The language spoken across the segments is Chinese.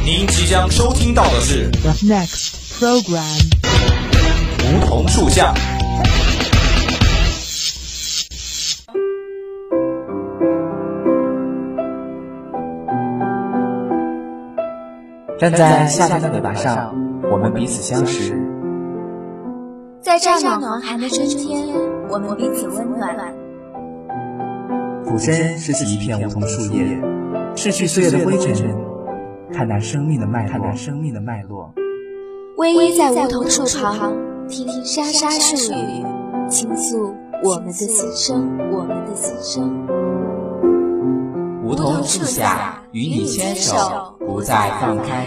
您即将收听到的是 The next program 梧桐树下。 站在夏天的尾巴上，我们彼此相识； 在乍暖还寒的春天，我们彼此温暖。 俯身拾起一片梧桐树叶，拭去岁月的灰尘，看那生命的脉络。 偎依在梧桐树旁，听听沙沙树语，倾诉我们的心声。 梧桐树下，与你牵手，不再放开。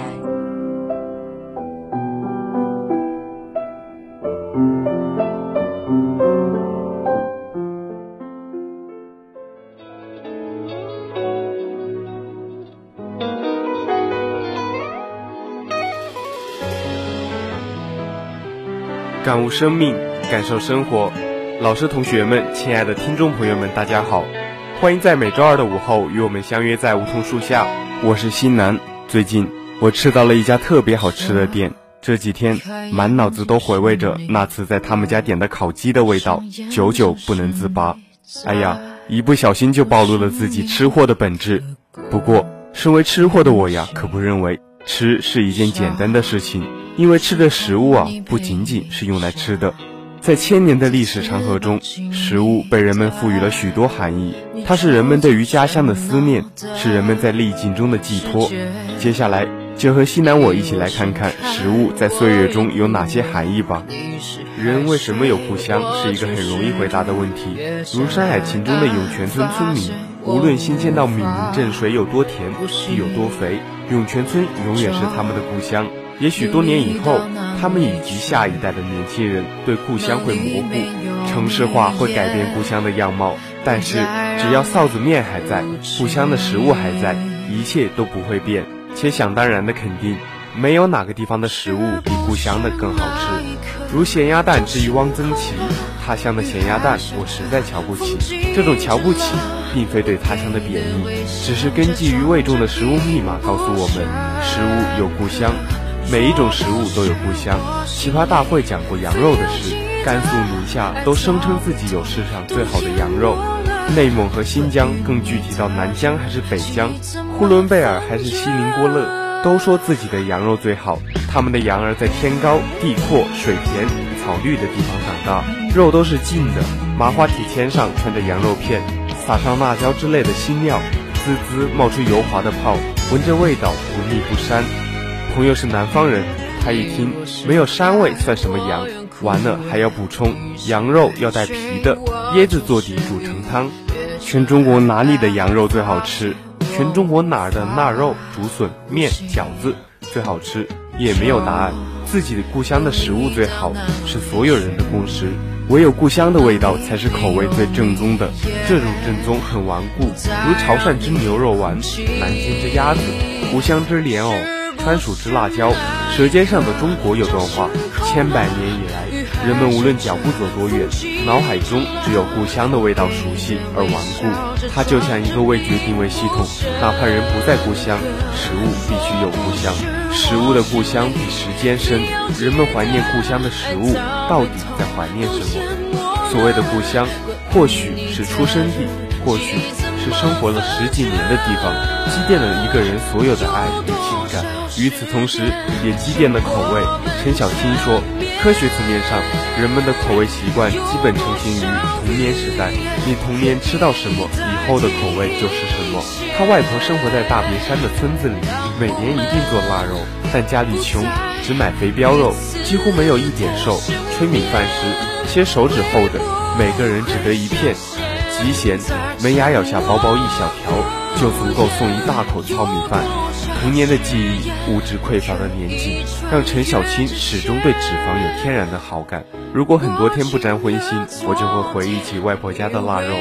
感悟生命，感受生活。老师、同学们，亲爱的听众朋友们，大家好，欢迎在每周二的午后与我们相约在梧桐树下。我是新南。最近我吃到了一家特别好吃的店，这几天满脑子都回味着那次在他们家点的烤鸡的味道，久久不能自拔。哎呀，一不小心就暴露了自己吃货的本质。不过身为吃货的我呀，可不认为吃是一件简单的事情，因为吃的食物啊，不仅仅是用来吃的。在千年的历史长河中，食物被人们赋予了许多含义，它是人们对于家乡的思念，是人们在历境中的寄托。接下来就和西南我一起来看看食物在岁月中有哪些含义吧。人为什么有故乡，是一个很容易回答的问题。如《山海情》中的涌泉村村民，无论新鲜到闽宁镇水有多甜，地有多肥，涌泉村永远是他们的故乡。也许多年以后，他们以及下一代的年轻人对故乡会模糊，城市化会改变故乡的样貌，但是只要臊子面还在，故乡的食物还在，一切都不会变。且想当然的肯定，没有哪个地方的食物比故乡的更好吃。如咸鸭蛋之于汪曾祺，他乡的咸鸭蛋我实在瞧不起。这种瞧不起并非对他乡的贬义，只是根基于味中的食物密码告诉我们，食物有故乡，每一种食物都有故乡。奇葩大会讲过羊肉的事，甘肃、宁夏都声称自己有世上最好的羊肉，内蒙和新疆更具体到南疆还是北疆，呼伦贝尔还是锡林郭勒，都说自己的羊肉最好。他们的羊儿在天高地阔水甜草绿的地方长大，肉都是净的，麻花铁签上穿着羊肉片，撒上辣椒之类的新料，滋滋冒出油滑的泡，闻着味道不腻不膻。朋友是南方人，他一听没有膻味算什么羊，完了还要补充羊肉要带皮的，椰子做底煮成汤。全中国哪里的羊肉最好吃？全中国哪儿的腊肉、竹笋、面、饺子最好吃？也没有答案。自己的故乡的食物最好，是所有人的共识。唯有故乡的味道才是口味最正宗的，这种正宗很顽固，如潮汕之牛肉丸、南京之鸭子、湖湘之莲藕、川蜀之辣椒。舌尖上的中国有段话，千百年以来，人们无论脚步走多远，脑海中只有故乡的味道熟悉而顽固。它就像一个味觉定位系统，哪怕人不在故乡，食物必须有故乡。食物的故乡比时间深，人们怀念故乡的食物，到底在怀念什么？所谓的故乡，或许是出生地，或许是生活了10几年的地方，积淀了一个人所有的爱与情感。与此同时，也积淀了口味。陈小青说，科学层面上，人们的口味习惯基本成型于童年时代，你童年吃到什么，以后的口味就是什么。他外婆生活在大别山的村子里，每年一定做腊肉，但家里穷，只买肥膘肉，几乎没有一点瘦。炊米饭时，切手指厚的，每个人只得一片，极咸，门牙咬下薄薄一小条，就足够送一大口糙米饭。童年的记忆，物质匮乏的年纪，让陈小青始终对脂肪有天然的好感。如果很多天不沾荤腥，我就会回忆起外婆家的腊肉。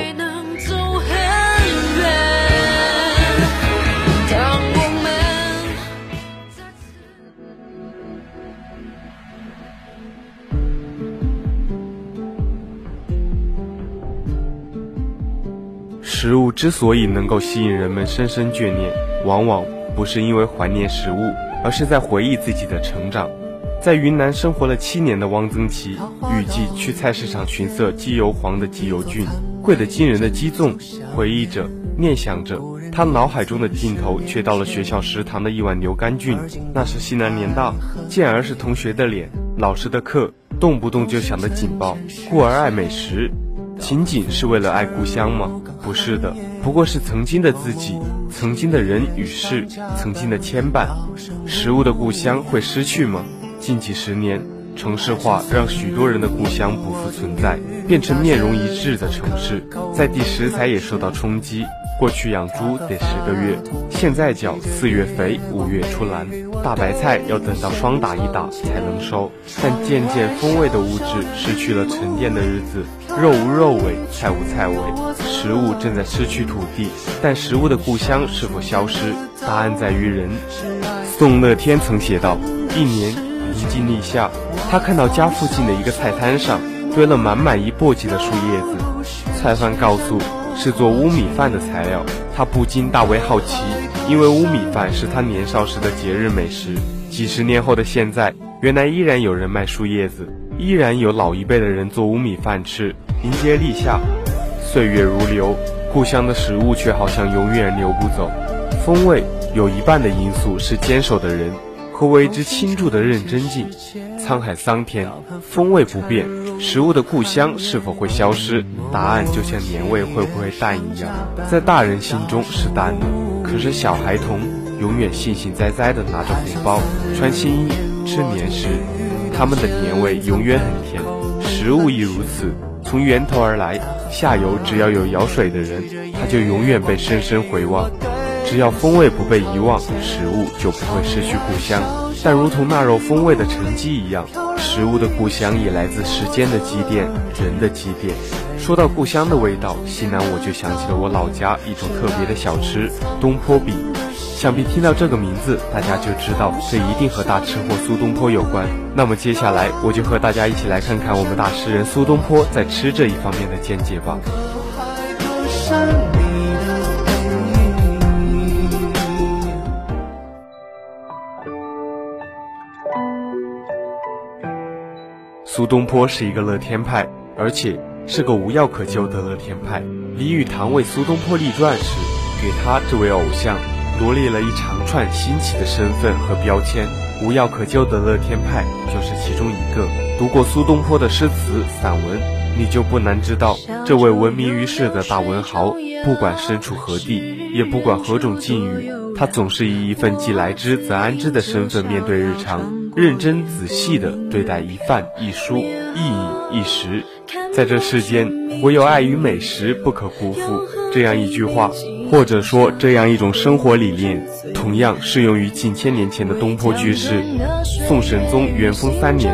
食物之所以能够吸引人们深深眷恋，往往不是因为怀念食物， 而是在回忆自己的成长。在云南生活了7年的汪曾祺，预计去菜市场寻色鸡油黄的鸡油菌，贵得惊人的鸡粽，回忆着，念想着，他脑海中的镜头却到了学校食堂的一碗牛肝菌。那是西南联大，见儿是同学的脸，老师的课，动不动就响的警报，故而爱美食。仅仅是为了爱故乡吗？不是的，不过是曾经的自己，曾经的人与事，曾经的牵绊。食物的故乡会失去吗？近几10年，城市化让许多人的故乡不复存在，变成面容一致的城市，在地食材也受到冲击。过去养猪得10个月，现在叫4月肥5月出栏，大白菜要等到霜打一打才能收。但渐渐风味的物质失去了沉淀的日子，肉无肉味，菜无菜味，食物正在失去土地，但食物的故乡是否消失？答案在于人。宋乐天曾写道，一年临近立夏，他看到家附近的一个菜摊上堆了满满一簸箕的树叶子，菜贩告诉是做乌米饭的材料，他不禁大为好奇，因为乌米饭是他年少时的节日美食。几十年后的现在，原来依然有人卖树叶子，依然有老一辈的人做乌米饭吃。迎接立夏，岁月如流，故乡的食物却好像永远流不走。风味有一半的因素是坚守的人和为之倾注的认真劲。沧海桑田，风味不变，食物的故乡是否会消失？答案就像年味会不会淡一样，在大人心中是淡的，可是小孩童永远幸幸哉哉地拿着红包，穿新衣，吃年食，他们的年味永远很甜。食物亦如此，从源头而来，下游只要有舀水的人，他就永远被深深回望。只要风味不被遗忘，食物就不会失去故乡。但如同腊肉风味的沉积一样，食物的故乡也来自时间的积淀，人的积淀。说到故乡的味道，西南我就想起了我老家一种特别的小吃——东坡饼。想必听到这个名字，大家就知道这一定和大吃货苏东坡有关。那么接下来我就和大家一起来看看我们大诗人苏东坡在吃这一方面的见解吧。苏东坡是一个乐天派，而且是个无药可救的乐天派。李语堂为苏东坡立传时，给他这位偶像罗列了一长串新奇的身份和标签，无药可救的乐天派就是其中一个。读过苏东坡的诗词散文，你就不难知道，这位闻名于世的大文豪，不管身处何地，也不管何种境遇，他总是以一份既来之则安之的身份面对日常，认真仔细地对待一饭一蔬，一饮一食。在这世间，唯有爱与美食不可辜负，这样一句话，或者说这样一种生活理念，同样适用于近千年前的东坡居士。宋神宗元丰3年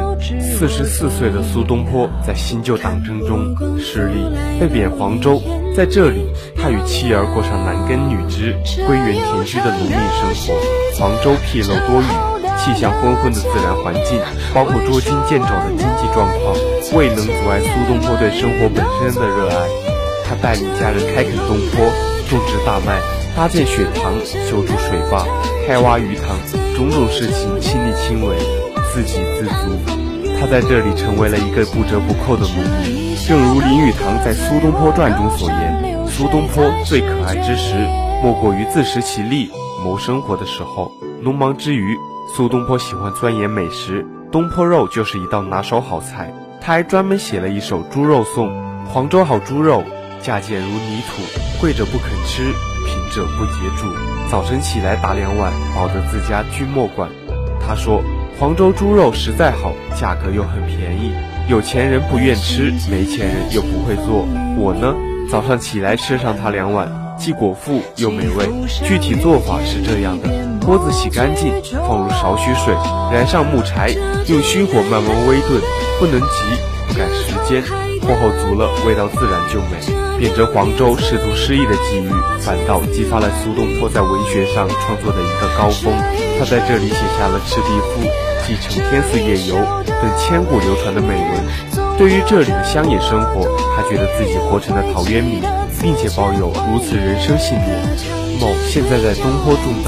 ，44岁的苏东坡在新旧党争中失利，被贬黄州。在这里，他与妻儿过上男耕女织、归园田居的农民生活。黄州纰漏多雨，气象昏昏的自然环境，包括捉襟见肘的经济状况，未能阻碍苏东坡对生活本身的热爱。他带领家人开垦东坡，种植大麦，搭建雪塘，修筑水坝，开挖鱼塘，种种事情亲力亲为，自给自足。他在这里成为了一个不折不扣的农民。正如林语堂在《苏东坡传》中所言，苏东坡最可爱之时，莫过于自食其力谋生活的时候。农忙之余，苏东坡喜欢钻研美食，东坡肉就是一道拿手好菜。他还专门写了一首猪肉颂：黄州好猪肉，价贱如泥土，贵者不肯吃，贫者不解煮。早晨起来打2碗，饱得自家均莫管。他说，黄州猪肉实在好，价格又很便宜，有钱人不愿吃，没钱人又不会做。我呢，早上起来吃上它2碗，既果腹又美味。具体做法是这样的：锅子洗干净，放入少许水，燃上木柴，用虚火慢慢微炖，不能急，不赶时间，火候足了，味道自然就美。贬谪黄州仕途失意的际遇，反倒激发了苏东坡在文学上创作的一个高峰。他在这里写下了《赤壁赋》《继承天寺夜游》等千古流传的美文。对于这里的乡野生活，他觉得自己活成了陶渊明，并且抱有如此人生信念。某现在在东坡种稻，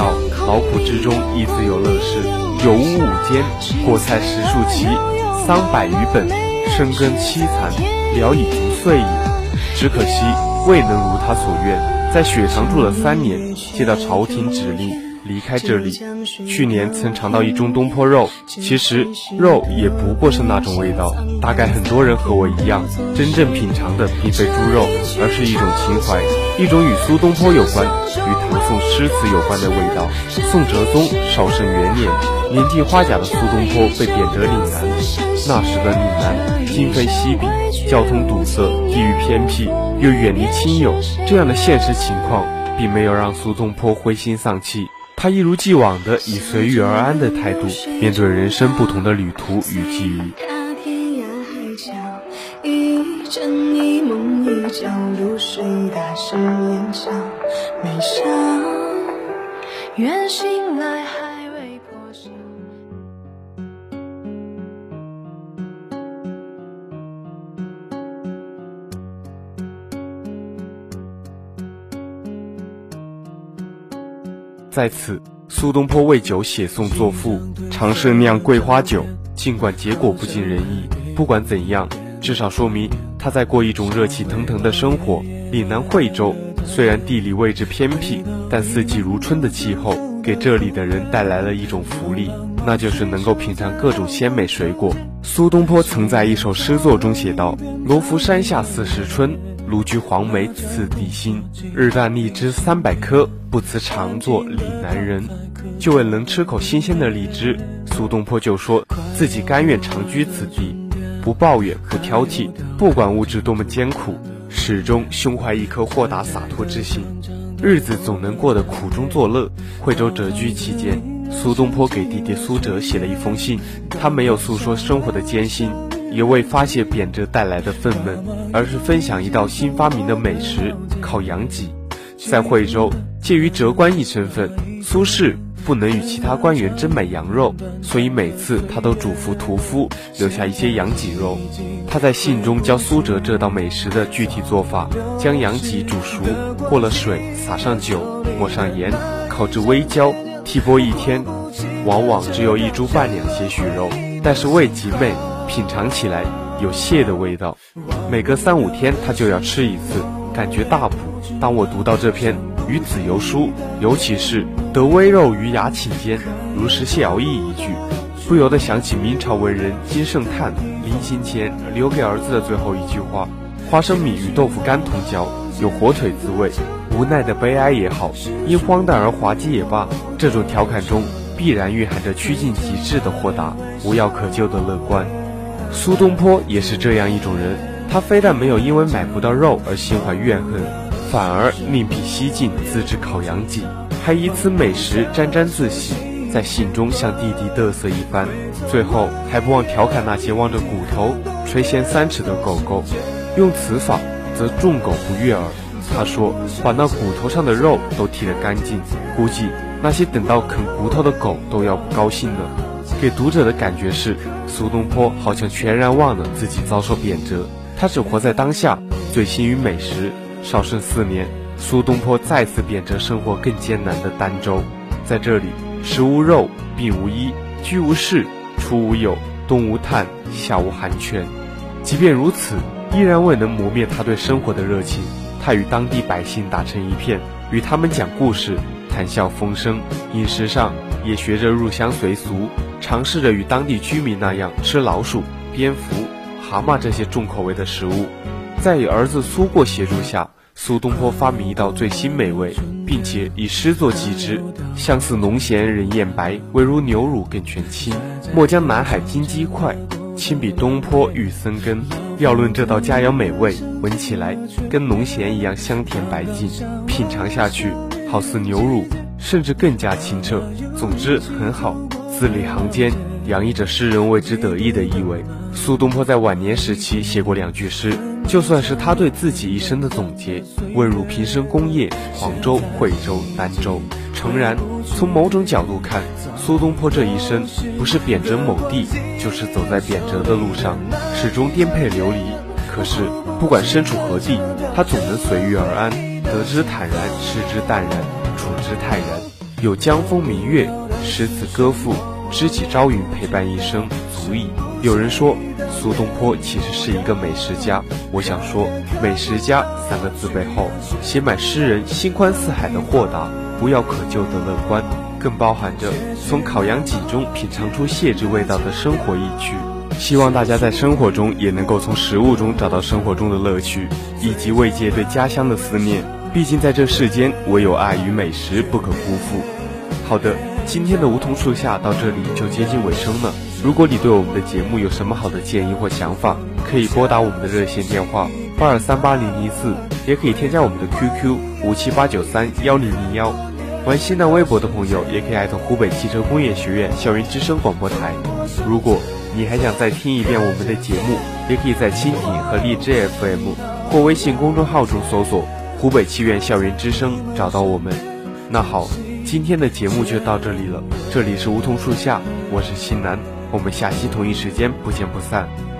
劳苦之中亦自有乐事。有屋5间，果菜10数畦，桑100余本，深耕凄惨，聊以足岁矣。只可惜未能如他所愿，在雪场住了3年，接到朝廷指令离开这里。去年曾尝到一盅东坡肉，其实肉也不过是那种味道。大概很多人和我一样，真正品尝的并非猪肉，而是一种情怀，一种与苏东坡有关、与唐宋诗词有关的味道。宋哲宗绍圣元年，年近花甲的苏东坡被贬谪岭南。那时的岭南今非昔比，交通堵塞，地域偏僻，又远离亲友，这样的现实情况并没有让苏东坡灰心丧气。他一如既往地以随遇而安的态度面对人生不同的旅途与际遇。 一枕一梦一觉，入睡大师眼角，眉梢愿醒来还未破晓。 在此，苏东坡为酒写颂作赋，尝试酿桂花酒，尽管结果不尽人意，不管怎样，至少说明他在过一种热气腾腾的生活。岭南惠州虽然地理位置偏僻，但四季如春的气候给这里的人带来了一种福利，那就是能够品尝各种鲜美水果。苏东坡曾在一首诗作中写道：罗浮山下四时春，卢橘黄梅次第新，日啖荔枝300颗，不辞常作岭南人。就为能吃口新鲜的荔枝，苏东坡就说自己甘愿长居此地，不抱怨不挑剔，不管物质多么艰苦，始终胸怀一颗豁达洒脱之心，日子总能过得苦中作乐。惠州谪居期间，苏东坡给弟弟苏辙写了一封信，他没有诉说生活的艰辛，也未发泄贬谪带来的愤懑，而是分享一道新发明的美食——烤羊脊。在惠州，介于谪官一身份，苏轼不能与其他官员争买羊肉，所以每次他都嘱咐屠夫留下一些羊脊肉。他在信中教苏辙这道美食的具体做法：将羊脊煮熟，过了水，撒上酒，抹上盐，烤至微焦，剔拨1天，往往只有1株半两些许肉，但是味极美，品尝起来有蟹的味道。每隔3、5天他就要吃一次，感觉大补。当我读到这篇《与子由书》，尤其是得微肉于牙寝间，如食蟹螯翼一句，不由得想起明朝文人金圣叹临行前留给儿子的最后一句话：花生米与豆腐干同嚼，有火腿滋味。无奈的悲哀也好，因荒诞而滑稽也罢，这种调侃中必然蕴含着趋近极致的豁达，无药可救的乐观。苏东坡也是这样一种人，他非但没有因为买不到肉而心怀怨恨，反而另辟蹊径自制烤羊脊，还以此美食沾沾自喜，在信中向弟弟嘚瑟一番，最后还不忘调侃那些望着骨头垂涎3尺的狗狗。用此法则众狗不悦耳。他说把那骨头上的肉都剔得干净，估计那些等到啃骨头的狗都要不高兴了。给读者的感觉是，苏东坡好像全然忘了自己遭受贬谪，他只活在当下，醉心于美食。绍圣4年，苏东坡再次贬谪生活更艰难的儋州。在这里，食无肉，病无医，居无室，出无友，冬无炭，夏无寒泉。即便如此，依然未能磨灭他对生活的热情。他与当地百姓打成一片，与他们讲故事，谈笑风生。饮食上也学着入乡随俗，尝试着与当地居民那样吃老鼠、蝙蝠、蛤蟆这些重口味的食物。在与儿子苏过协助下，苏东坡发明一道最新美味，并且以诗作记之：相似浓咸人厌白，唯如牛乳更全清。莫将南海金鸡块，亲比东坡玉僧根。要论这道佳肴美味，闻起来跟浓咸一样香甜白净，品尝下去好似牛乳，甚至更加清澈。总之很好，字里行间洋溢着诗人为之得意的意味。苏东坡在晚年时期写过2句诗，就算是他对自己一生的总结：问入平生功业，黄州、惠州、儋州。诚然，从某种角度看，苏东坡这一生不是贬谪某地，就是走在贬谪的路上，始终颠沛流离。可是不管身处何地，他总能随遇而安，得之坦然，失之淡然，处之泰然。 有江风明月，诗词歌赋，知己朝云陪伴一生，足矣。有人说苏东坡其实是一个美食家，我想说美食家三个字背后写满诗人心宽似海的豁达，无药可救的乐观，更包含着从烤羊脊中品尝出蟹之味道的生活意趣。希望大家在生活中也能够从食物中找到生活中的乐趣，以及慰藉对家乡的思念。毕竟在这世间，唯有爱与美食不可辜负。好的，今天的梧桐树下到这里就接近尾声了。如果你对我们的节目有什么好的建议或想法，可以拨打我们的热线电话82380014，也可以添加我们的 QQ578931001。玩新浪微博的朋友也可以艾特湖北汽车工业学院校园之声广播台。如果你还想再听一遍我们的节目，也可以在蜻蜓和荔枝 FM 或微信公众号中搜索湖北汽院校园之声找到我们。那好，今天的节目就到这里了，这里是梧桐树下，我是新南，我们下期同一时间不见不散。